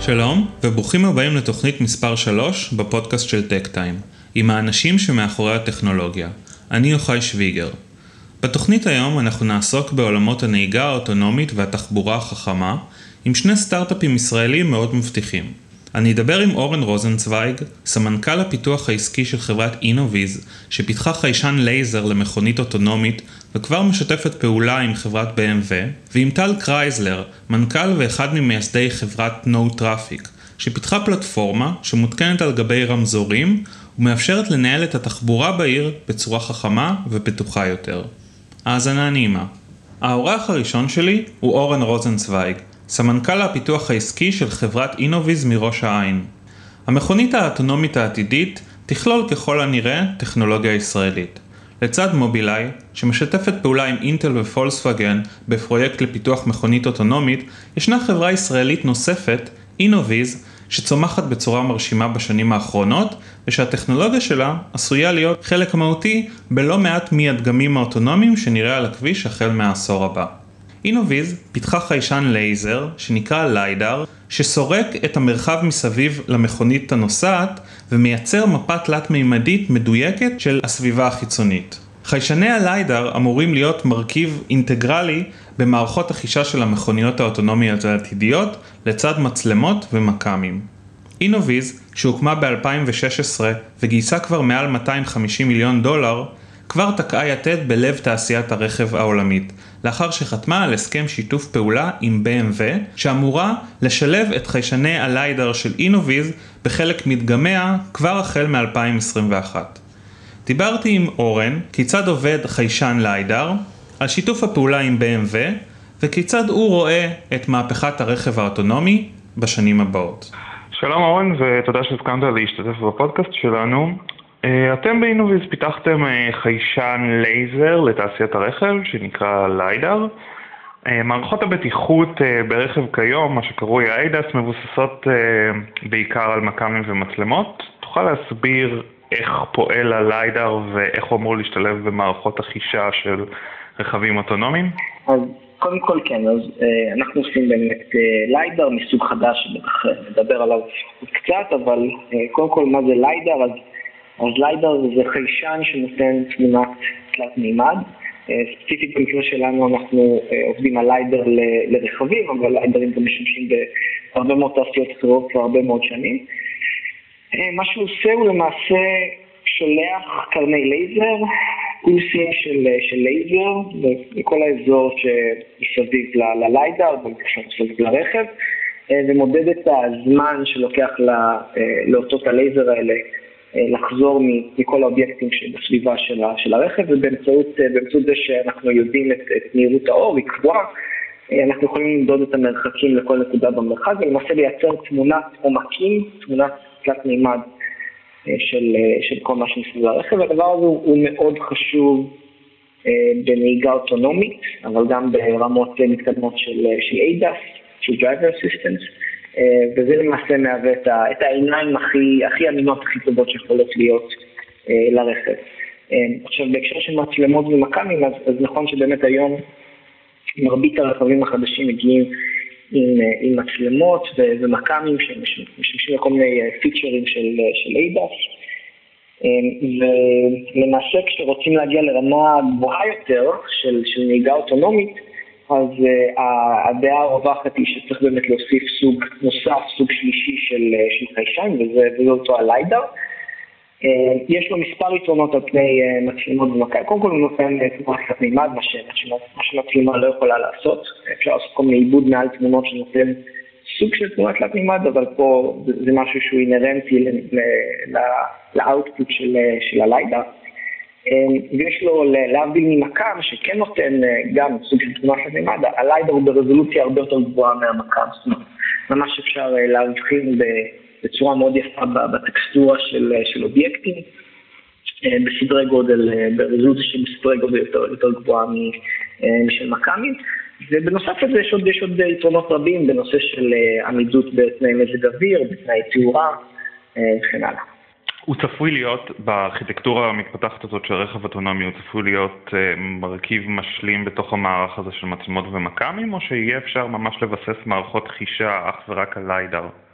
שלום וברוכים הבאים לתוכנית מספר 3 בפודקאסט של טק טיים, עם האנשים שמאחורי הטכנולוגיה. אני יוחאי שוויגר. בתוכנית היום אנחנו נעסוק בעולמות הנהיגה האוטונומית והתחבורה החכמה, עם שני סטארט-אפים ישראלים מאוד מבטיחים. אני אדבר עם אורן רוזנצוויג, סמנכ"ל הפיתוח העסקי של חברת אינוביז, שפיתחה חיישן לייזר למכונית אוטונומית וכבר משתפת פעולה עם חברת BMW, ועם טל קרייזלר, מנכ"ל ואחד ממייסדי חברת No Traffic, שפיתחה פלטפורמה שמותקנת על גבי רמזורים ומאפשרת לנהל את התחבורה בעיר בצורה חכמה ובטוחה יותר. האזנה נעימה. האורח הראשון שלי הוא אורן רוזנצוויג, סמנכ"ל הפיתוח העסקי של חברת אינוביז מראש העין. המכונית האוטונומית העתידית תכלול ככל הנראה טכנולוגיה ישראלית. לצד מובילאיי, שמשתפת פעולה עם אינטל ופולקסווגן בפרויקט לפיתוח מכונית אוטונומית, ישנה חברה ישראלית נוספת, אינוביז, שצומחת בצורה מרשימה בשנים האחרונות, ושהטכנולוגיה שלה עשויה להיות חלק מהותי בלא מעט מהדגמים האוטונומיים שנראה על הכביש החל מהעשור הבא. אינוביז פיתחה חיישן לייזר שנקרא ליידר, שסורק את המרחב מסביב למכונית הנוסעת ומייצר מפה תלת-מימדית מדויקת של הסביבה החיצונית. חיישני הליידר אמורים להיות מרכיב אינטגרלי במערכות החישה של המכוניות האוטונומיות העתידיות לצד מצלמות ומקמים. אינוביז, שהוקמה ב-2016 וגייסה כבר מעל $250 מיליון, כבר תקעה יתד בלב תעשיית הרכב העולמית, לאחר שחתמה על הסכם שיתוף פעולה עם BMW, שאמורה לשלב את חיישני הליידר של אינוביז בחלק מדגמיה כבר החל מ-2021. דיברתי עם אורן כיצד עובד חיישן ליידר, על שיתוף הפעולה עם BMW, וכיצד הוא רואה את מהפכת הרכב האוטונומי בשנים הבאות. שלום אורן, ותודה שהסכמת להשתתף בפודקאסט שלנו. אתם באינוביז פיתחתם חיישן לייזר לתעשיית הרכב שנקרא ליידר. מערכות הבטיחות ברכב כיום, מה שקרוי ה-ADAS, מבוססות בעיקר על מקמים ומצלמות. תוכל להסביר איך פועל הליידר ואיך הוא אמור להשתלב במערכות החישה של רכבים אוטונומיים? אז קודם כל כן, אז אנחנו עושים באמת ליידר מסוג חדש שבטח נדבר עליו קצת, אבל קודם כל מה זה ליידר? אז ליידר זה חיישן שנותן תמונת תלת מימד. ספציפית במקרה שלנו אנחנו עובדים על ליידר לרכבים, אבל ליידרים גם משמשים בהרבה מאוד תעשיות אחרות כבר הרבה מאוד שנים. מה שהוא עושה הוא למעשה שולח קרני לייזר, פולסים של לייזר בכל האזור שמסביב לליידר ומסביב לרכב, ומודד את הזמן שלוקח לאותות הלייזר האלה לחזור מכל האובייקטים שבסביבה של הרכב, ובאמצעות זה שאנחנו יודעים את מהירות האור, היא קבועה, אנחנו יכולים למדוד את המרחקים לכל נקודה במרחק, ולמעשה לייצר תמונת עומקים, תמונת תלת מימד של כל מה שמסביב לרכב. הדבר הזה הוא מאוד חשוב בנהיגה אוטונומית, אבל גם ברמות מתקדמות של ADAS, של Driver Assistance, וזה למעשה מהווה את העיניים הכי אמינות, הכי טובות שיכולות להיות לרכב. עכשיו, בהקשר של מצלמות ומקמים, אז נכון שבאמת היום מרבית הרכבים החדשים מגיעים עם מצלמות ומקמים שמשמשים לכל מיני פיצ'רים של ADAS, ולמעשה כשרוצים להגיע לרמה גבוהה יותר של נהיגה אוטונומית, אז הדעה הרווחת היא שצריך באמת להוסיף סוג נוסף, סוג שלישי של חיישן, וזה אותו הליידר. יש לו מספר יתרונות על פני מצלמות ומקם. קודם כל הוא נותן תמונת תלת מימד, מה שמצלמה לא יכולה לעשות. אפשר לעשות כל מיני עיבוד מעל תמונות שנותן סוג של תמונת תלת מימד, אבל פה זה משהו שהוא אינרנטי לאוטפוט של הליידר. ויש לו להבדיל ממקם שכן נותן גם סוג של תמונה של מימד, הליידר הוא ברזולוציה הרבה יותר גבוהה מהמקם, זאת אומרת, ממש אפשר להבחין בצורה מאוד יפה בטקסטורה של אובייקטים, בסדרי גודל, ברזולוציה שבסדרי גודל יותר גבוהה משל מקמים, ובנוסף לזה יש עוד יתרונות רבים בנושא של עמידות בתנאי מזג אוויר, בתנאי תאורה וכן הלאה. הוא צפוי להיות, בארכיטקטורה המתפתחת הזאת של רכב אוטונומי, הוא צפוי להיות מרכיב משלים בתוך המערך הזה של מצלמות ומקמים, או שיהיה אפשר ממש לבסס מערכות חישה אך ורק על ליידר?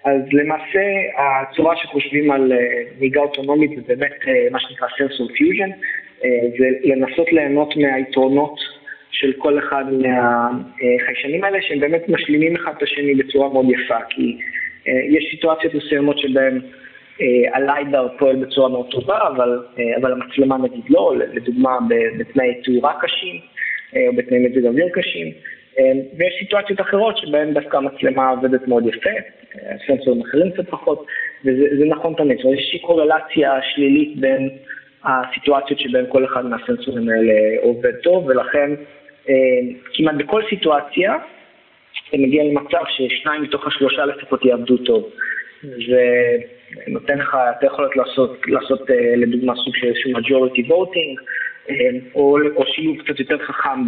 אז למעשה הצורה שחושבים על נהיגה אוטונומית זה באמת מה שנקרא Sensor Fusion, זה לנסות ליהנות מהיתרונות של כל אחד מהחיישנים האלה, שהם באמת משלימים אחד את השני בצורה מאוד יפה, כי יש סיטואציות מסוימות שבהן הליידר פועל בצורה מאוד טובה, אבל המצלמה נגיד לא, לדוגמה בתנאי תאורה קשים, או בתנאי מזג אוויר קשים, ויש סיטואציות אחרות שבהן דווקא המצלמה עובדת מאוד יפה, הסנסורים אחרים קצת פחות, וזה נכון תמיד, יש איזושהי קורלציה שלילית בין הסיטואציות שבהן כל אחד מהסנסורים האלה עובד טוב, ולכן כמעט בכל סיטואציה אתה מגיע למצב ששניים מתוך השלושה לפחות יעבדו טוב. זה נותן לך, אתה יכול לעשות לדוגמה סוג של איזשהו majority voting, או שילוב קצת יותר חכם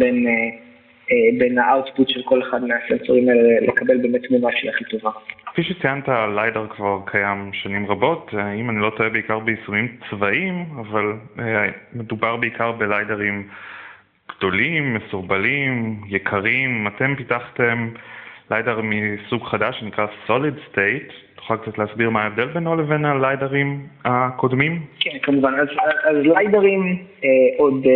בין האוטפוט של כל אחד מהסנסורים האלה לקבל באמת תמונה שהיא הכי טובה. כפי שציינת, ליידר כבר קיים שנים רבות, אם אני לא טועה בעיקר ביישומים צבאיים, אבל מדובר בעיקר בליידרים גדולים, מסורבלים, יקרים. אתם פיתחתם ליידר מסוג חדש שנקרא Solid State. תוכל קצת להסביר מה ההבדל בינו לבין הליידרים הקודמים? כן, כמובן. אז ליידרים עוד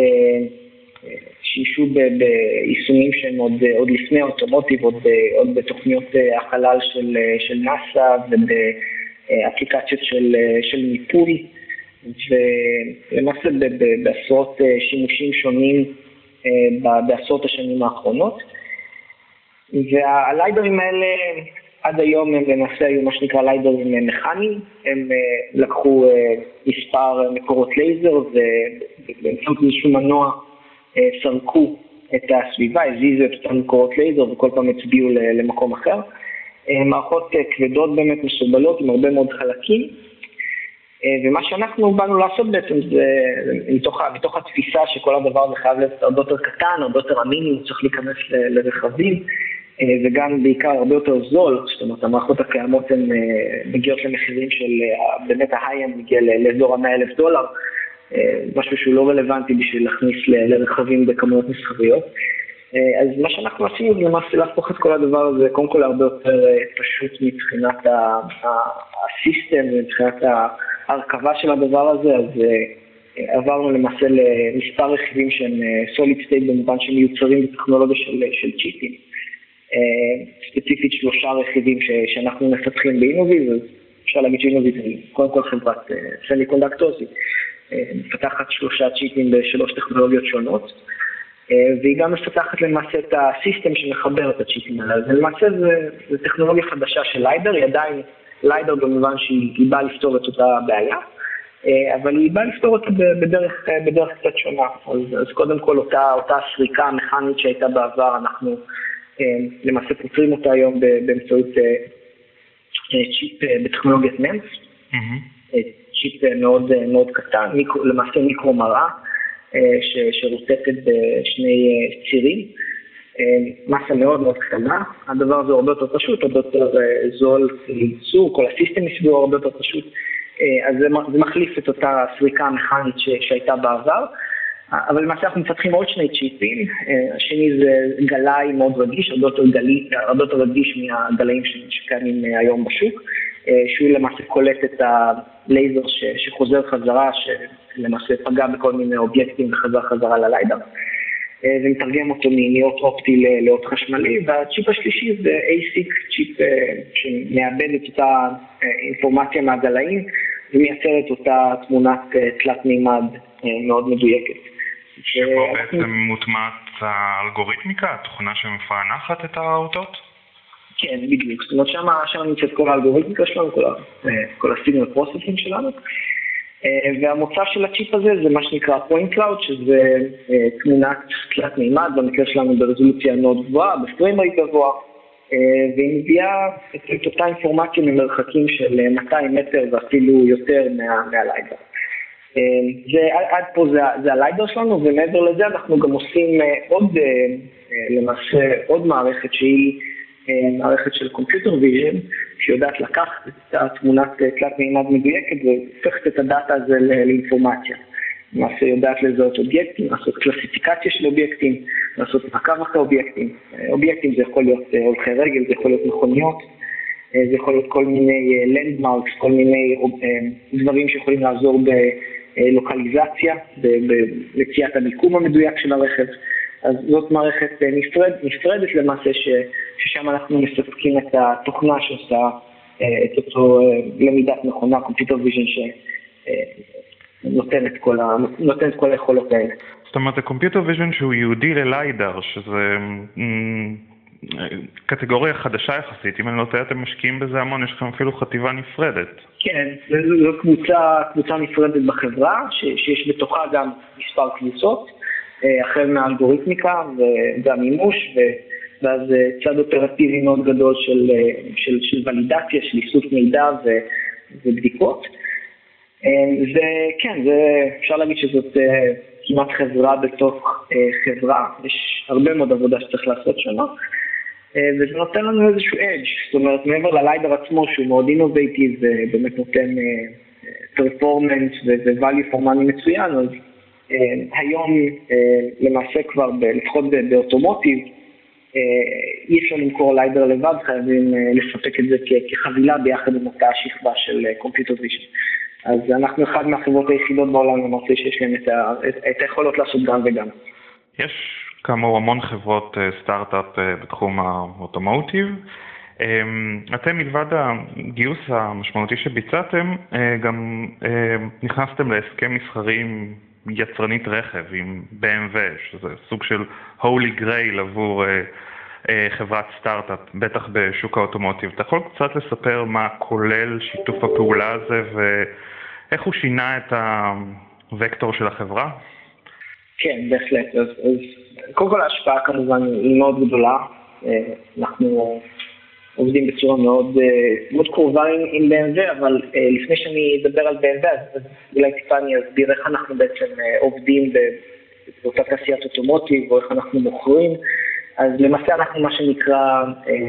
שימשו ביישומים שהם עוד לפני אוטומוטיב, עוד בתוכניות החלל של נאסא ובאפליקציות של מיפוי, ולמעשה בעשרות שימושים שונים בעשרות השנים האחרונות. והליידרים האלה עד היום הם למעשה היו מה שנקרא ליידרים מכניים, הם לקחו מספר מקורות לייזר ובאמצעות איזשהו מנוע סרקו את הסביבה, הזיזו את אותם מקורות לייזר וכל פעם הצביעו למקום אחר. מערכות כבדות באמת מסורבלות עם הרבה מאוד חלקים, ומה שאנחנו באנו לעשות בעצם זה מתוך התפיסה שכל הדבר הזה חייב להיות הרבה יותר קטן, הרבה יותר אמין, הוא צריך להיכנס לרכבים, וגם בעיקר הרבה יותר זול, זאת אומרת המערכות הקיימות הן מגיעות למחירים של באמת ההיי-אנד מגיע לאזור $100,000, משהו שהוא לא רלוונטי בשביל להכניס לרכבים בכמויות מסחריות. אז מה שאנחנו עשינו זה למעשה להפוך את כל הדבר הזה קודם כל הרבה יותר פשוט מבחינת הסיסטם ומבחינת ההרכבה של הדבר הזה, אז עברנו למעשה למספר רכיבים שהם Solid State במובן שמיוצרים בטכנולוגיה של צ'יפים. ספציפית 3 רכיבים שאנחנו מפתחים באינוביז, אז אפשר להגיד שאינוביז היא קודם כל חברת סמיקונדקטורס, מפתחת 3 צ'יפים ב3 טכנולוגיות שונות, והיא גם מפתחת למעשה את הסיסטם שמחבר את הצ'יפים האלה. ולמעשה זה טכנולוגיה חדשה של ליידר, היא עדיין ליידר במובן שהיא באה לפתור את אותה בעיה, אבל היא באה לפתור אותה בדרך קצת שונה. אז קודם כל אותה הסריקה המכנית שהייתה בעבר, אנחנו למעשה פותרים אותה היום באמצעות צ'יפ בטכנולוגיית MEMS, צ'יפ מאוד מאוד קטן, למעשה מיקרו מראה, שרוצפת בשני צירים, מסה מאוד מאוד קטנה. הדבר הזה הרבה יותר פשוט, הרבה יותר זול לייצור, כל הסיסטם מסביבו הרבה יותר פשוט, אז זה מחליף את אותה סריקה המכנית שהייתה בעבר, אבל למעשה אנחנו מפתחים עוד 2 צ'יפים. השני זה גלאי מאוד רגיש, הרבה יותר רגיש מהגלאים שקיימים היום בשוק, שהוא למעשה קולט את הלייזר שחוזר חזרה, שלמעשה פגע בכל מיני אובייקטים וחזר חזרה לליידר, ומתרגם אותו מאות אופטי לאות חשמלי. והצ'יפ השלישי זה ASIC, צ'יפ שמאבד את אותה אינפורמציה מהגלאים ומייצר את אותה תמונת תלת מימד מאוד מדויקת. שבו בעצם מוטמעת האלגוריתמיקה, התוכנה שמפענחת את האותות? כן, בדיוק. זאת אומרת, שם נמצאת כל האלגוריתמיקה שלנו, כל הסיגנל פרוססינג שלנו, והמוצא של הצ'יפ הזה זה מה שנקרא point cloud, שזה תמונת תלת מימד, במקרה שלנו ברזולוציה מאוד גבוהה, בפריים רייט גבוה, והיא מביאה את אותה אינפורמציה ממרחקים של 200 מטר ואפילו יותר מהליידר. עד פה זה הליידר שלנו, ומעבר לזה אנחנו גם עושים למעשה עוד מערכת שהיא מערכת של Computer Vision, שיודעת לקחת את התמונת תלת מימד מדויקת והופכת את הדאטה הזה לאינפורמציה. למעשה יודעת לזהות אובייקטים, לעשות קלסיפיקציה של אובייקטים, לעשות מעקב אחרי אובייקטים. אובייקטים זה יכול להיות הולכי רגל, זה יכול להיות מכוניות, זה יכול להיות כל מיני לנדמרקס, כל מיני דברים שיכולים לעזור בלוקליזציה, במציאת המיקום המדויק של הרכב. אז זאת מערכת נפרדת למעשה ששם אנחנו מספקים את התוכנה שעושה את אותו למידת מכונה, Computer Vision, שנותן את כל היכולות האלה. זאת אומרת, זה Computer Vision שהוא ייעודי לליידר, שזה קטגוריה חדשה יחסית. אם אני לא טועה, אתם משקיעים בזה המון, יש לכם אפילו חטיבה נפרדת. כן, זו קבוצה נפרדת בחברה, שיש בתוכה גם מספר קבוצות, החל מהאלגוריתמיקה והמימוש, ואז צד אופרטיבי מאוד גדול של ולידציה, של איסוף מידע ובדיקות. וכן, אפשר להגיד שזאת כמעט חברה בתוך חברה, יש הרבה מאוד עבודה שצריך לעשות שם, וזה נותן לנו איזשהו edge, זאת אומרת, מעבר לליידר עצמו שהוא מאוד אינובייטיב ובאמת נותן פרפורמנס ו-value for money מצוין, אז היום למעשה כבר לפחות באוטומוטיב, אי אפשר למכור ליידר לבד, חייבים לספק את זה כחבילה ביחד עם אותה שכבה של Computer Vision. אז אנחנו אחד מהחברות היחידות בעולם למעשה שיש להם את היכולות לעשות גם וגם. יש כאמור המון חברות סטארט-אפ בתחום האוטומוטיב. אתם מלבד הגיוס המשמעותי שביצעתם, גם נכנסתם להסכם מסחרי עם יצרנית רכב, עם BMW, שזה סוג של holy grail עבור חברת סטארט-אפ, בטח בשוק האוטומוטיב. אתה יכול קצת לספר מה כולל שיתוף הפעולה הזה ואיך הוא שינה את הוקטור של החברה? כן, בהחלט. אז קודם כל ההשפעה כמובן היא מאוד גדולה. אנחנו עובדים בצורה מאוד קרובה עם BMW, אבל לפני שאני אדבר על BMW, אז אולי טיפה אני אסביר איך אנחנו בעצם עובדים באותה תעשיית אוטומוטיב, או איך אנחנו מוכרים. אז למעשה אנחנו מה שנקרא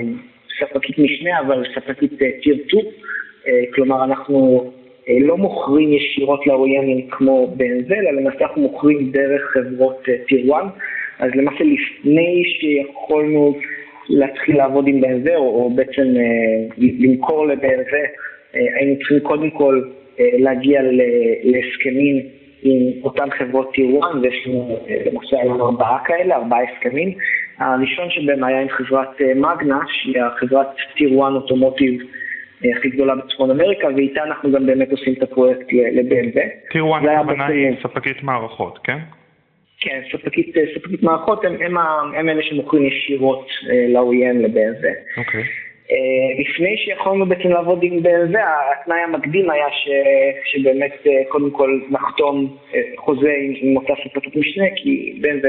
ספקית משנה, אבל ספקית טיר 2, כלומר אנחנו לא מוכרים ישירות ל-OEMים כמו BMW, אלא למעשה אנחנו מוכרים דרך חברות טיר 1, אז למעשה לפני שיכולנו להתחיל לעבוד עם BMW, או בעצם למכור ל-BMW, היינו צריכים קודם כל להגיע להסכמים עם אותן חברות טיר 1, ויש לנו למעשה היום 4 הסכמים. הראשון שבהם היה עם חברת מגנה, שהיא החברת טיר 1 אוטומוטיב הכי גדולה בצפון אמריקה, ואיתה אנחנו גם באמת עושים את הפרויקט ל-BMW. טיר 1 הכוונה היא ספקית מערכות, כן? כן, ספקית מערכות הם אלה שמוכרים ישירות ל-OEM ל-BMW. אוקיי. לפני שיכולנו בעצם לעבוד עם BMW, התנאי המקדים היה שבאמת קודם כל נחתום חוזה עם אותה ספקית משנה, כי BMW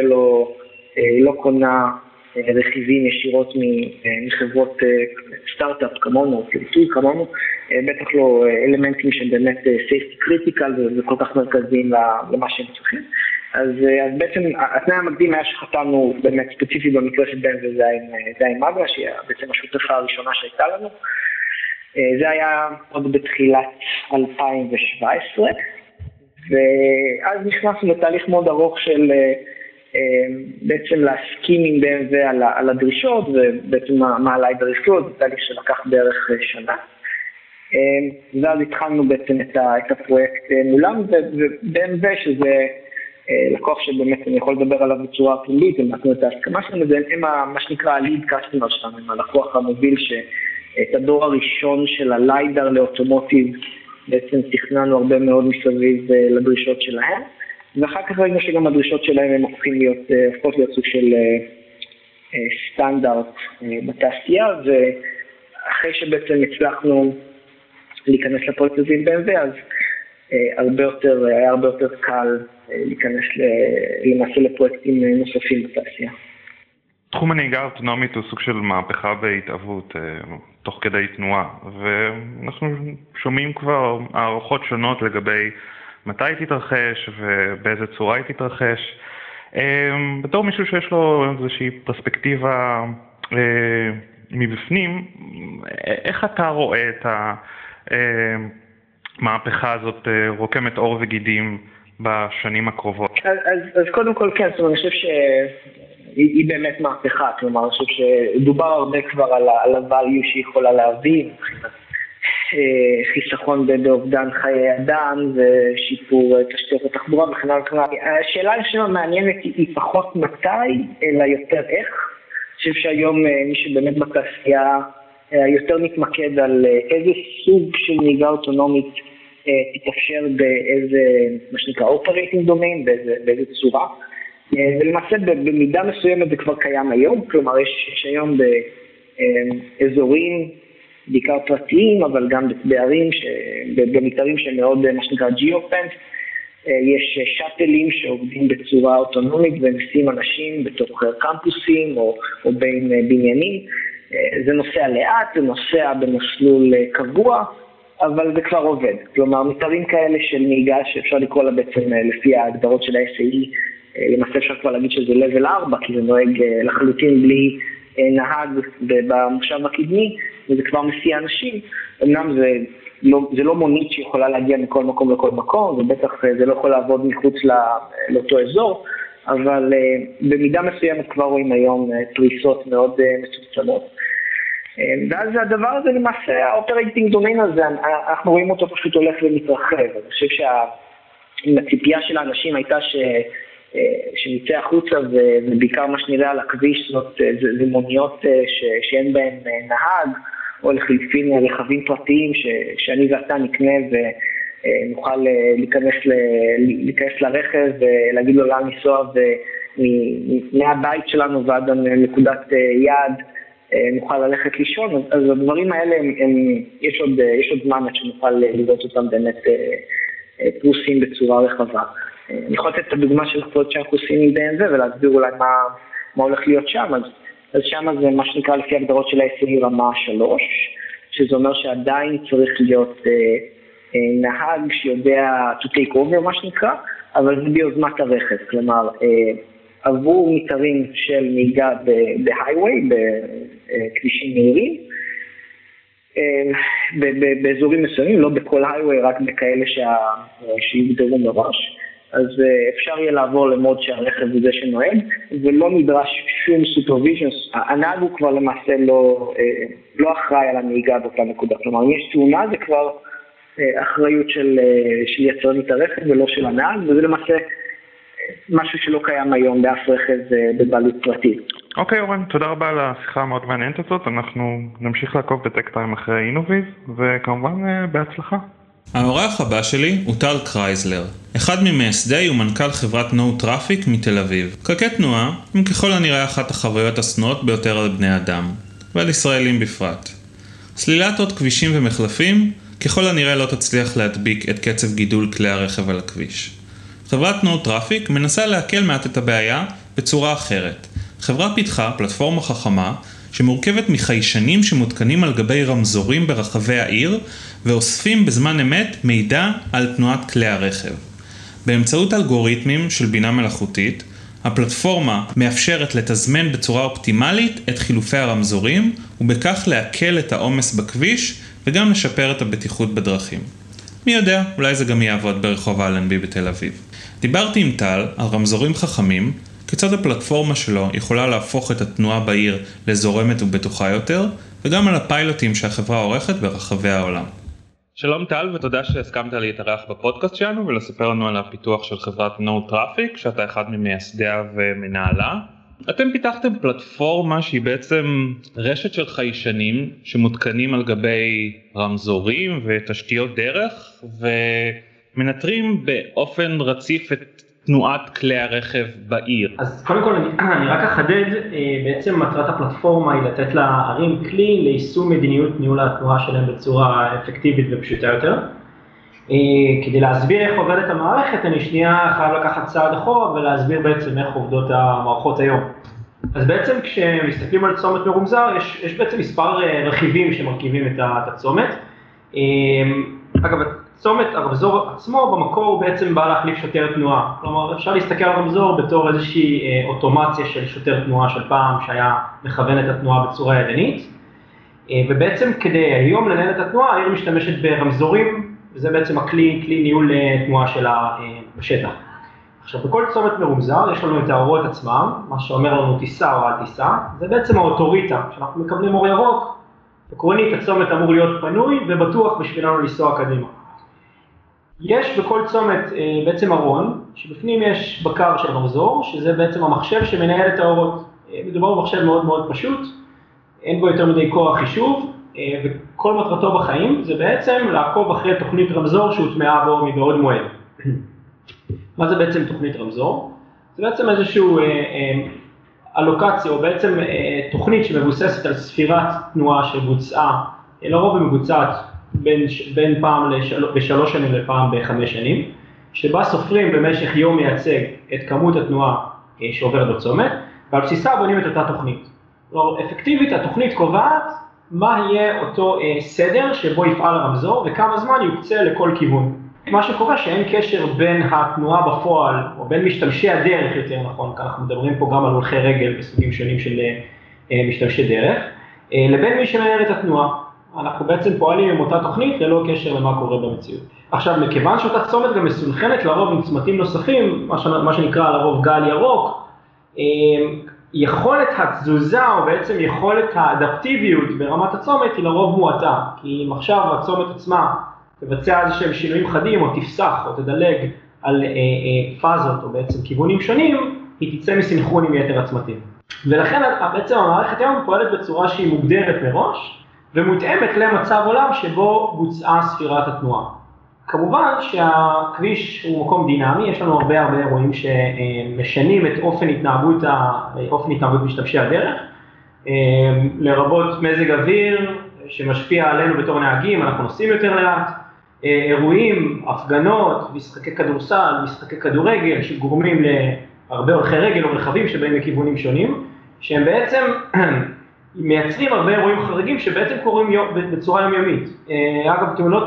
לא קונה רכיבים ישירות מחברות סטארט-אפ כמונו, פיתוי כמונו, בטח לא אלמנטים שבאמת safety critical וכל כך מרכזיים למה שהם צריכים. אז בעצם התנאי המקדים היה שחתמנו באמת ספציפי במקרה של BMW, זה היה עם מגנה, שהיא בעצם השותפה הראשונה שהייתה לנו. זה היה עוד בתחילת 2017, ואז נכנסנו לתהליך מאוד ארוך של בעצם להסכים עם BMW על הדרישות, ובעצם מה הליידר יכלול, זה תהליך שלקח בערך שנה. ואז התחלנו בעצם את הפרויקט מולם, וב-BMW שזה לקוח שבאמת אני יכול לדבר עליו בצורה פומבית, הם נתנו את ההסכמה שלנו, הם מה שנקרא ה-lead customer שלנו, הם הלקוח המוביל שאת הדור הראשון של הליידר לאוטומוטיב, בעצם תכננו הרבה מאוד מסביב לדרישות שלהם, ואחר כך ראינו שגם הדרישות שלהם הם הופכות להיות סוג של סטנדרט בתעשייה, ואחרי שבעצם הצלחנו להיכנס לפרויקט הזה עם BMW, אז היה הרבה יותר קל להיכנס למעשה לפרויקטים נוספים בתעשייה. תחום הנהיגה האוטונומית הוא סוג של מהפכה בהתהוות תוך כדי תנועה, ואנחנו שומעים כבר הערכות שונות לגבי מתי היא תתרחש ובאיזה צורה היא תתרחש. בתור מישהו שיש לו איזושהי פרספקטיבה מבפנים, איך אתה רואה את המהפכה הזאת רוקמת עור וגידים בשנים הקרובות? אז קודם כל כן, זאת אומרת, אני חושב היא באמת מהפכה, כלומר, אני חושב שדובר הרבה כבר על ה-value שהיא יכולה להביא, מבחינת חיסכון באובדן חיי אדם ושיפור תשתיות התחבורה וכן הלאה. השאלה המעניינת היא פחות מתי, אלא יותר איך. אני חושב שהיום מי שבאמת בתעשייה יותר מתמקד על איזה סוג של נהיגה אוטונומית תתאפשר באיזה, מה שנקרא, operating domain, באיזה צורה. ולמעשה במידה מסוימת זה כבר קיים היום, כלומר יש היום באזורים, בעיקר פרטיים, אבל גם בערים, במתארים שהם מאוד, מה שנקרא, גיאופנס, יש שאטלים שעובדים בצורה אוטונומית ונוסעים אנשים בתוך קמפוסים או בין בניינים. זה נוסע לאט, זה נוסע במסלול קבוע, אבל זה כבר עובד. כלומר, מתארים כאלה של נהיגה שאפשר לקרוא לה בעצם לפי ההגדרות של ה-SAE, למעשה אפשר כבר להגיד שזה level 4, כי זה נוהג לחלוטין בלי נהג במושב הקדמי, וזה כבר מסיע אנשים. אמנם זה לא מונית שיכולה להגיע מכל מקום לכל מקום, ובטח זה לא יכול לעבוד מחוץ לאותו אזור, אבל במידה מסוימת כבר רואים היום פריסות מאוד מצומצמות. ואז הדבר הזה למעשה, האופרייטינג דומיין הזה, אנחנו רואים אותו פשוט הולך ומתרחב. אני חושב שהציפייה של האנשים הייתה שנצא החוצה, ובעיקר מה שנראה על הכביש, זה מוניות שאין בהן נהג, או לחליפין רכבים פרטיים שאני ואתה נקנה ונוכל להיכנס לרכב ולהגיד לו לאן לנסוע, ומהבית שלנו ועד נקודת יעד נוכל ללכת לישון. אז הדברים האלה, יש עוד זמן עד שנוכל לראות אותם באמת פרוסים בצורה רחבה. אני יכול לתת את הדוגמה של הפרויקט שאנחנו עושים עם BMW ולהסביר אולי מה הולך להיות שם. אז שם זה מה שנקרא לפי הגדרות של ה-SAE רמה 3, שזה אומר שעדיין צריך להיות נהג שיודע to take over מה שנקרא, אבל זה ביוזמת הרכב. כלומר, עבור מתארים של נהיגה בהייווי, בכבישים מהירים, באזורים מסוימים, לא בכל הייווי, רק בכאלה שיוגדרו מראש. אז אפשר יהיה לעבור למוד שהרכב הוא זה שנוהג, ולא נדרש שום סופרוויז'ן. הנהג הוא כבר למעשה לא אחראי על הנהיגה באותה נקודה. כלומר, אם יש תאונה זה כבר אחריות של יצרנית הרכב ולא של הנהג, וזה למעשה משהו שלא קיים היום באף רכב בבעלות פרטית. אוקיי, אורן, תודה רבה על השיחה המאוד מעניינת הזאת. אנחנו נמשיך לעקוב בטק-טיים אחרי אינוביז, וכמובן בהצלחה. האורח הבא שלי הוא טל קרייזלר, אחד ממייסדי ומנכ"ל חברת No Traffic מתל אביב. פקקי תנועה הם ככל הנראה אחת החוויות השנואות ביותר על בני אדם, ועל ישראלים בפרט. סלילת עוד כבישים ומחלפים ככל הנראה לא תצליח להדביק את קצב גידול כלי הרכב על הכביש. חברת No Traffic מנסה להקל מעט את הבעיה בצורה אחרת. החברה פיתחה פלטפורמה חכמה שמורכבת מחיישנים שמותקנים על גבי רמזורים ברחבי העיר ואוספים בזמן אמת מידע על תנועת כלי הרכב. באמצעות אלגוריתמים של בינה מלאכותית, הפלטפורמה מאפשרת לתזמן בצורה אופטימלית את חילופי הרמזורים ובכך להקל את העומס בכביש וגם לשפר את הבטיחות בדרכים. מי יודע, אולי זה גם יעבוד ברחוב אלנבי בתל אביב. דיברתי עם טל על רמזורים חכמים, כיצד הפלטפורמה שלו יכולה להפוך את התנועה בעיר לזורמת ובטוחה יותר, וגם על הפיילוטים שהחברה עורכת ברחבי העולם. שלום טל, ותודה שהסכמת להתארח בפודקאסט שלנו ולספר לנו על הפיתוח של חברת No Traffic, שאתה אחד ממייסדיה ומנהלה. אתם פיתחתם פלטפורמה שהיא בעצם רשת של חיישנים שמותקנים על גבי רמזורים ותשתיות דרך, ומנטרים באופן רציף את תנועת כלי הרכב בעיר. אז קודם כל אני רק אחדד, בעצם מטרת הפלטפורמה היא לתת לערים כלי ליישום מדיניות ניהול התנועה שלהם בצורה אפקטיבית ופשוטה יותר. כדי להסביר איך עובדת המערכת, אני שנייה חייב לקחת צעד אחורה ולהסביר בעצם איך עובדות המערכות היום. אז בעצם כשמסתכלים על צומת מרומזר, יש בעצם מספר רכיבים שמרכיבים את הצומת. אגב, צומת הרמזור עצמו במקור הוא בעצם בא להחליף שוטר תנועה. כלומר, אפשר להסתכל על הרמזור בתור איזושהי אוטומציה של שוטר תנועה של פעם שהיה מכוון את התנועה בצורה ידנית. ובעצם כדי היום לנהל את התנועה, העיר משתמשת ברמזורים, וזה בעצם הכלי ניהול תנועה שלה בשטח. עכשיו, בכל צומת מרומזר יש לנו את האורות עצמם, מה שאומר לנו טיסה או אל טיסה, זה בעצם האוטוריטה, כשאנחנו מקבלים אור ירוק, עקרונית הצומת אמור להיות פנוי ובטוח בשבילנו לנסוע קדימה. יש בכל צומת בעצם ארון, שבפנים יש בקר של רמזור, שזה בעצם המחשב שמנהל את האורות. מדובר במחשב מאוד מאוד פשוט, אין בו יותר מדי כוח חישוב, וכל מטרתו בחיים זה בעצם לעקוב אחרי תוכנית רמזור שהוטמעה בו מבעוד מועד. מה זה בעצם תוכנית רמזור? זה בעצם איזשהו אלוקציה, או בעצם תוכנית שמבוססת על ספירת תנועה שבוצעה, לרוב היא מבוצעת בין פעם בשלוש שנים לפעם בחמש שנים, שבה סופרים במשך יום מייצג את כמות התנועה שעוברת בצומת, ועל בסיסה בונים את אותה תוכנית. אפקטיבית התוכנית קובעת מה יהיה אותו סדר שבו יפעל הרמזור וכמה זמן יוקצה לכל כיוון. מה שקורה שאין קשר בין התנועה בפועל, או בין משתמשי הדרך יותר נכון, כי אנחנו מדברים פה גם על הולכי רגל בסוגים שונים של משתמשי דרך, לבין מי שמנהל את התנועה. אנחנו בעצם פועלים עם אותה תוכנית ללא קשר למה קורה במציאות. עכשיו, מכיוון שאותה צומת גם מסונכנת לרוב עם צמתים נוספים, מה שנקרא לרוב גל ירוק, יכולת התזוזה או בעצם יכולת האדפטיביות ברמת הצומת היא לרוב מועטה, כי אם עכשיו הצומת עצמה תבצע איזשהם שינויים חדים או תפסח או תדלג על פאזות או בעצם כיוונים שונים, היא תצא מסינכרון עם יתר הצמתים. ולכן בעצם המערכת היום פועלת בצורה שהיא מוגדרת מראש, ומותאמת למצב עולם שבו בוצעה ספירת התנועה. כמובן שהכביש הוא מקום דינמי, יש לנו הרבה אירועים שמשנים את אופן התנהגות משתמשי הדרך, לרבות מזג אוויר שמשפיע עלינו בתור נהגים, אנחנו נוסעים יותר לאט, אירועים, הפגנות, משחקי כדורסל, משחקי כדורגל שגורמים להרבה הולכי רגל או רכבים שבאים מכיוונים שונים, שהם בעצם מייצרים הרבה אירועים חריגים שבעצם קורים בצורה יומיומית. אגב, תאונות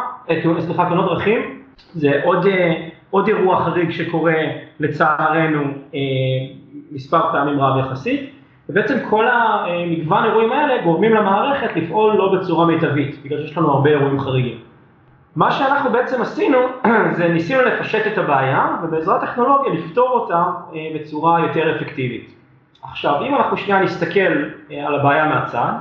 דרכים, זה עוד אירוע חריג שקורה לצערנו מספר פעמים רב יחסית, ובעצם כל המגוון אירועים האלה גורמים למערכת לפעול לא בצורה מיטבית, בגלל שיש לנו הרבה אירועים חריגים. מה שאנחנו בעצם עשינו, זה ניסינו לפשט את הבעיה, ובעזרת טכנולוגיה לפתור אותה בצורה יותר אפקטיבית. עכשיו, אם אנחנו שנייה נסתכל על הבעיה מהצד,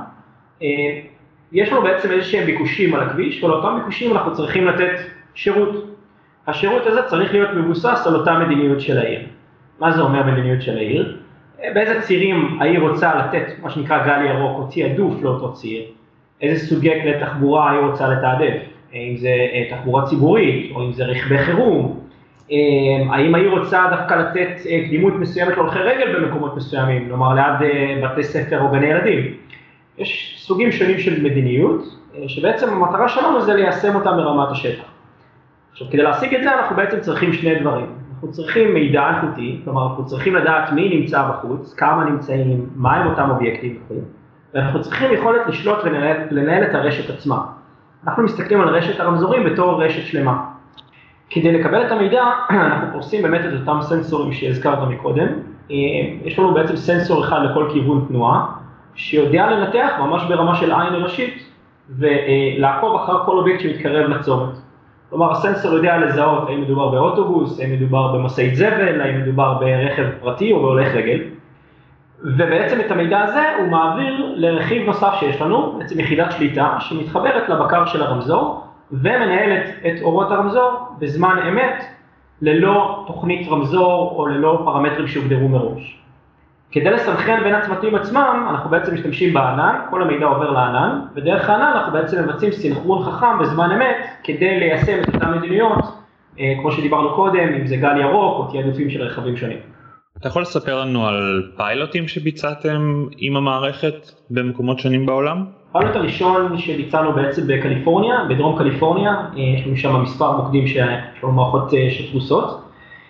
יש לנו בעצם איזשהם ביקושים על הכביש, ולאותם ביקושים אנחנו צריכים לתת שירות. השירות הזה צריך להיות מבוסס על אותה מדיניות של העיר. מה זה אומר מדיניות של העיר? באיזה צירים העיר רוצה לתת מה שנקרא גל ירוק או תעדוף לאותו ציר, איזה סוגי כלי תחבורה העיר רוצה לתעדף, אם זה תחבורה ציבורית או אם זה רכבי חירום, האם העיר רוצה דווקא לתת קדימות מסוימת להולכי רגל במקומות מסוימים, כלומר ליד בתי ספר או גני ילדים. יש סוגים שונים של מדיניות, שבעצם המטרה שלנו זה ליישם אותה מרמת השטח. עכשיו, כדי להשיג את זה אנחנו בעצם צריכים שני דברים. אנחנו צריכים מידע איכותי, כלומר אנחנו צריכים לדעת מי נמצא בחוץ, כמה נמצאים, מהם אותם אובייקטים בחוץ, ואנחנו צריכים יכולת לשלוט ולנהל את הרשת עצמה. אנחנו מסתכלים על רשת הרמזורים בתור רשת שלמה. כדי לקבל את המידע, אנחנו פורסים באמת את אותם סנסורים שהזכרת מקודם. יש לנו בעצם סנסור אחד לכל כיוון תנועה, שיודע לנתח ממש ברמה של עין אנושית, ולעקוב אחר כל אובייקט שמתקרב לצומת. כלומר, הסנסור יודע לזהות האם מדובר באוטובוס, האם מדובר במשאית זבל, האם מדובר ברכב פרטי או בהולך רגל. ובעצם את המידע הזה הוא מעביר לרכיב נוסף שיש לנו, בעצם יחידת שליטה, שמתחברת לבקר של הרמזור, ומנהלת את אורות הרמזור בזמן אמת, ללא תוכנית רמזור או ללא פרמטרים שהוגדרו מראש. כדי לסנכרן בין הצמתים עצמם, אנחנו בעצם משתמשים בענן, כל המידע עובר לענן, ודרך הענן אנחנו בעצם מבצעים סינכרון חכם בזמן אמת, כדי ליישם את אותן מדיניות, כמו שדיברנו קודם, אם זה גל ירוק או תעדופים של רכבים שונים. אתה יכול לספר לנו על פיילוטים שביצעתם עם המערכת במקומות שונים בעולם? הפיילוט הראשון שביצענו בעצם בקליפורניה, בדרום קליפורניה, יש לנו שם מספר מוקדים שיש לנו מערכות שפרוסות,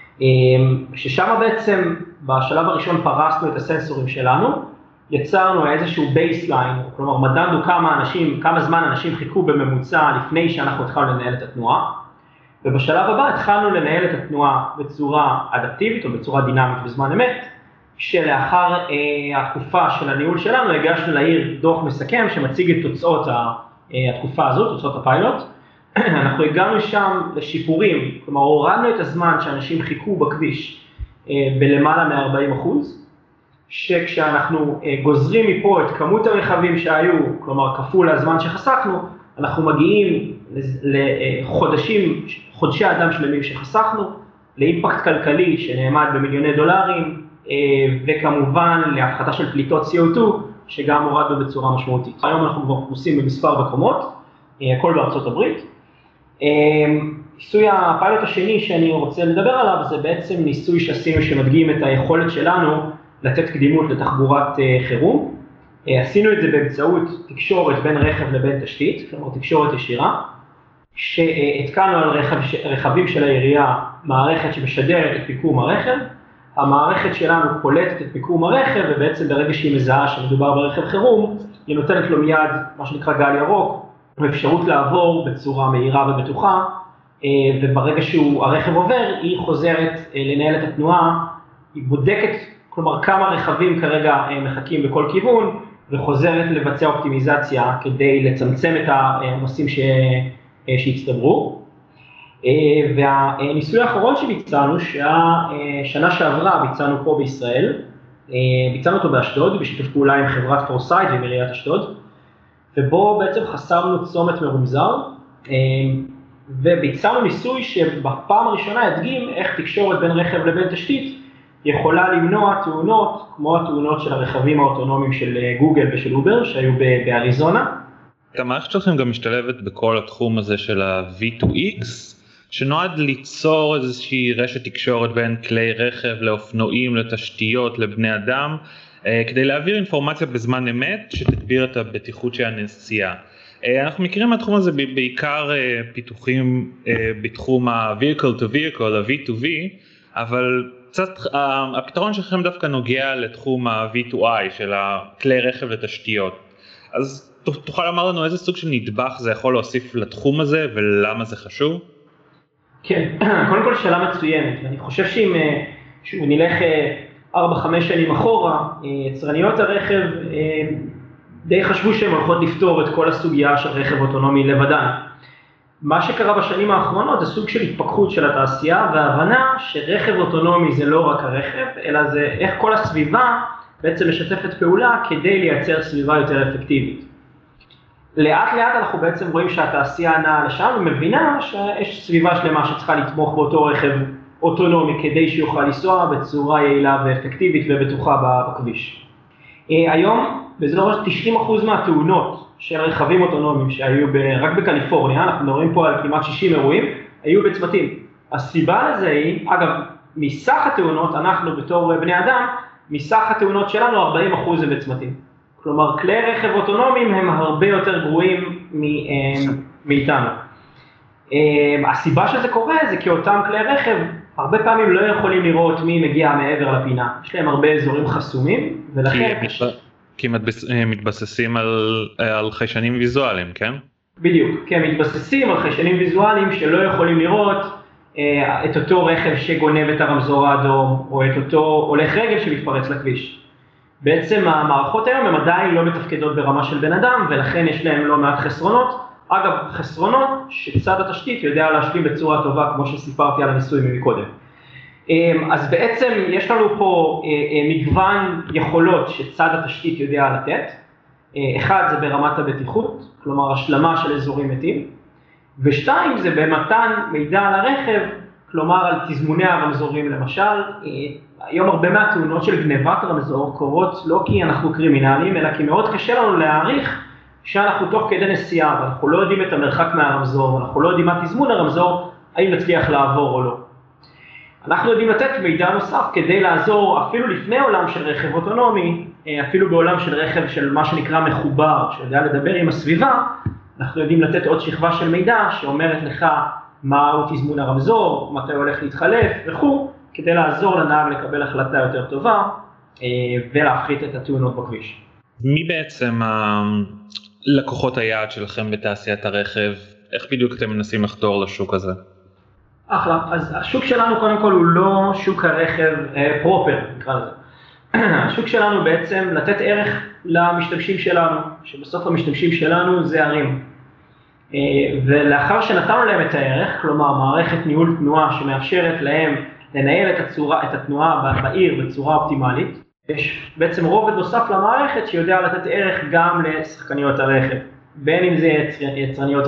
ששם בעצם בשלב הראשון פרסנו את הסנסורים שלנו, יצרנו איזשהו בייסליין, כלומר מדדנו כמה זמן אנשים חיכו בממוצע לפני שאנחנו התחלנו לנהל את התנועה, ובשלב הבא התחלנו לנהל את התנועה בצורה אדפטיבית או בצורה דינמית בזמן אמת, שלאחר התקופה של הניהול שלנו הגשנו לעיר דוח מסכם שמציג את תוצאות התקופה הזאת, תוצאות הפיילוט, אנחנו הגענו שם לשיפורים, כלומר הורדנו את הזמן שאנשים חיכו בכביש בלמעלה מ-40%, שכשאנחנו גוזרים מפה את כמות הרכבים שהיו, כלומר כפול הזמן שחסכנו, אנחנו מגיעים לחודשי אדם שלמים שחסכנו, לאימפקט כלכלי שנאמד במיליוני דולרים, וכמובן להפחתה של פליטות CO2, שגם הורדנו בצורה משמעותית. היום אנחנו כבר פרוסים במספר מקומות, הכל בארצות הברית. ניסוי הפיילוט השני שאני רוצה לדבר עליו, זה בעצם ניסוי שעשינו שמדגים את היכולת שלנו לתת קדימות לתחבורת חירום. עשינו את זה באמצעות תקשורת בין רכב לבין תשתית, כלומר תקשורת ישירה, שהתקנו על רכבים של העירייה מערכת שמשדרת את פיקום הרכב. המערכת שלנו קולטת את פיקום הרכב, ובעצם ברגע שהיא מזהה שמדובר ברכב חירום, היא נותנת לו מיד מה שנקרא גל ירוק, ואפשרות לעבור בצורה מהירה ובטוחה, וברגע שהרכב עובר, היא חוזרת לנהל את התנועה, היא בודקת, כלומר כמה רכבים כרגע מחכים בכל כיוון, וחוזרת לבצע אופטימיזציה כדי לצמצם את הנושאים שהצטברו. והניסוי האחרון שביצענו, שהשנה שעברה ביצענו פה בישראל, ביצענו אותו באשדוד, בשיתוף פעולה עם חברת פורסייט ועם עיריית אשדוד, ובו בעצם חסמנו צומת מרומזר, וביצענו ניסוי שבפעם הראשונה ידגים איך תקשורת בין רכב לבין תשתית יכולה למנוע תאונות, כמו התאונות של הרכבים האוטונומיים של גוגל ושל אובר, שהיו באריזונה. המערכת שלכם גם משתלבת בכל התחום הזה של ה-V2X, שנועד ליצור איזושהי רשת תקשורת בין כלי רכב לאופנועים, לתשתיות, לבני אדם, כדי להעביר אינפורמציה בזמן אמת שתגביר את הבטיחות של הנסיעה. אנחנו מכירים מהתחום הזה בעיקר פיתוחים בתחום ה-Vehicle to Vehicle, ה-V2V, אבל קצת הפתרון שלכם דווקא נוגע לתחום ה-V2I של כלי רכב לתשתיות. אז תוכל לומר לנו איזה סוג של נדבך זה יכול להוסיף לתחום הזה ולמה זה חשוב? כן, קודם כל שאלה מצוינת, ואני חושב שאם נלך 4-5 שנים אחורה, יצרניות הרכב די חשבו שהן הולכות לפתור את כל הסוגיה של רכב אוטונומי לבדן. מה שקרה בשנים האחרונות זה סוג של התפכחות של התעשייה, וההבנה שרכב אוטונומי זה לא רק הרכב, אלא זה איך כל הסביבה בעצם משתפת פעולה כדי לייצר סביבה יותר אפקטיבית. לאט לאט אנחנו בעצם רואים שהתעשייה נעה לשם ומבינה שיש סביבה שלמה שצריכה לתמוך באותו רכב אוטונומי כדי שיוכל לנסוע בצורה יעילה ואפקטיבית ובטוחה בכביש. היום באזור 90% מהתאונות של רכבים אוטונומיים שהיו רק בקליפורניה, אנחנו מדברים פה על כמעט 60 אירועים, היו בצמתים. הסיבה לזה היא, אגב, מסך התאונות, אנחנו בתור בני אדם, מסך התאונות שלנו 40% הם בצמתים. כלומר, כלי רכב אוטונומיים הם הרבה יותר גרועים מאיתנו. הסיבה שזה קורה זה כי אותם כלי רכב הרבה פעמים לא יכולים לראות מי מגיע מעבר לפינה. יש להם הרבה אזורים חסומים, ולכן... כי מתבססים על חיישנים ויזואליים, כן? בדיוק, כן, מתבססים על חיישנים ויזואליים שלא יכולים לראות את אותו רכב שגונב את הרמזור האדום, או את אותו הולך רגל שמתפרץ לכביש. בעצם המערכות היום הן עדיין לא מתפקדות ברמה של בן אדם, ולכן יש להם לא מעט חסרונות. אגב, חסרונות שצד התשתית יודע להשלים בצורה טובה, כמו שסיפרתי על הניסוי מקודם. אז בעצם יש לנו פה מגוון יכולות שצד התשתית יודע לתת. אחד זה ברמת הבטיחות, כלומר השלמה של אזורים מתים, ושתיים זה במתן מידע על הרכב, כלומר על תזמוני הרמזורים למשל. היום הרבה מהתאונות של גנבת רמזור קורות לא כי אנחנו קרימינלים, אלא כי מאוד קשה לנו להעריך שאנחנו תוך כדי נסיעה, ואנחנו לא יודעים את המרחק מהרמזור, ואנחנו לא יודעים מה תזמון הרמזור, האם נצליח לעבור או לא. אנחנו יודעים לתת מידע נוסף כדי לעזור אפילו לפני עולם של רכב אוטונומי, אפילו בעולם של רכב של מה שנקרא מחובר, שיודע לדבר עם הסביבה, אנחנו יודעים לתת עוד שכבה של מידע שאומרת לך מהו תזמון הרמזור, מתי הולך להתחלף וכו', כדי לעזור לנהג לקבל החלטה יותר טובה ולהפחית את התאונות בכביש. מי בעצם לקוחות היעד שלכם בתעשיית הרכב? איך בדיוק אתם מנסים לחדור לשוק הזה? אחלה, אז השוק שלנו קודם כל הוא לא שוק הרכב פרופר, נקרא לזה. השוק שלנו בעצם לתת ערך למשתמשים שלנו, שבסוף המשתמשים שלנו זה ערים. ולאחר שנתנו להם את הערך, כלומר מערכת ניהול תנועה שמאפשרת להם לנהל את התנועה בעיר בצורה אופטימלית, יש בעצם רובד נוסף למערכת שיודע לתת ערך גם לשחקניות הרכב, בין אם זה יצרניות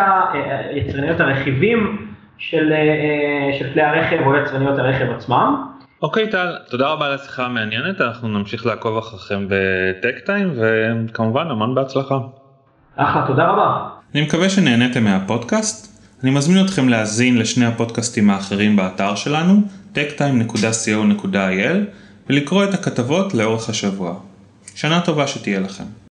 הרכיבים של כלי הרכב או יצרניות הרכב עצמם. אוקיי טל, תודה רבה על השיחה המעניינת, אנחנו נמשיך לעקוב אחריכם בטק טיים וכמובן המון בהצלחה. אחלה, תודה רבה. אני מקווה שנהניתם מהפודקאסט. אני מזמין אתכם להאזין לשני הפודקאסטים האחרים באתר שלנו, techtime.co.il, ולקרוא את הכתבות לאורך השבוע. שנה טובה שתהיה לכם.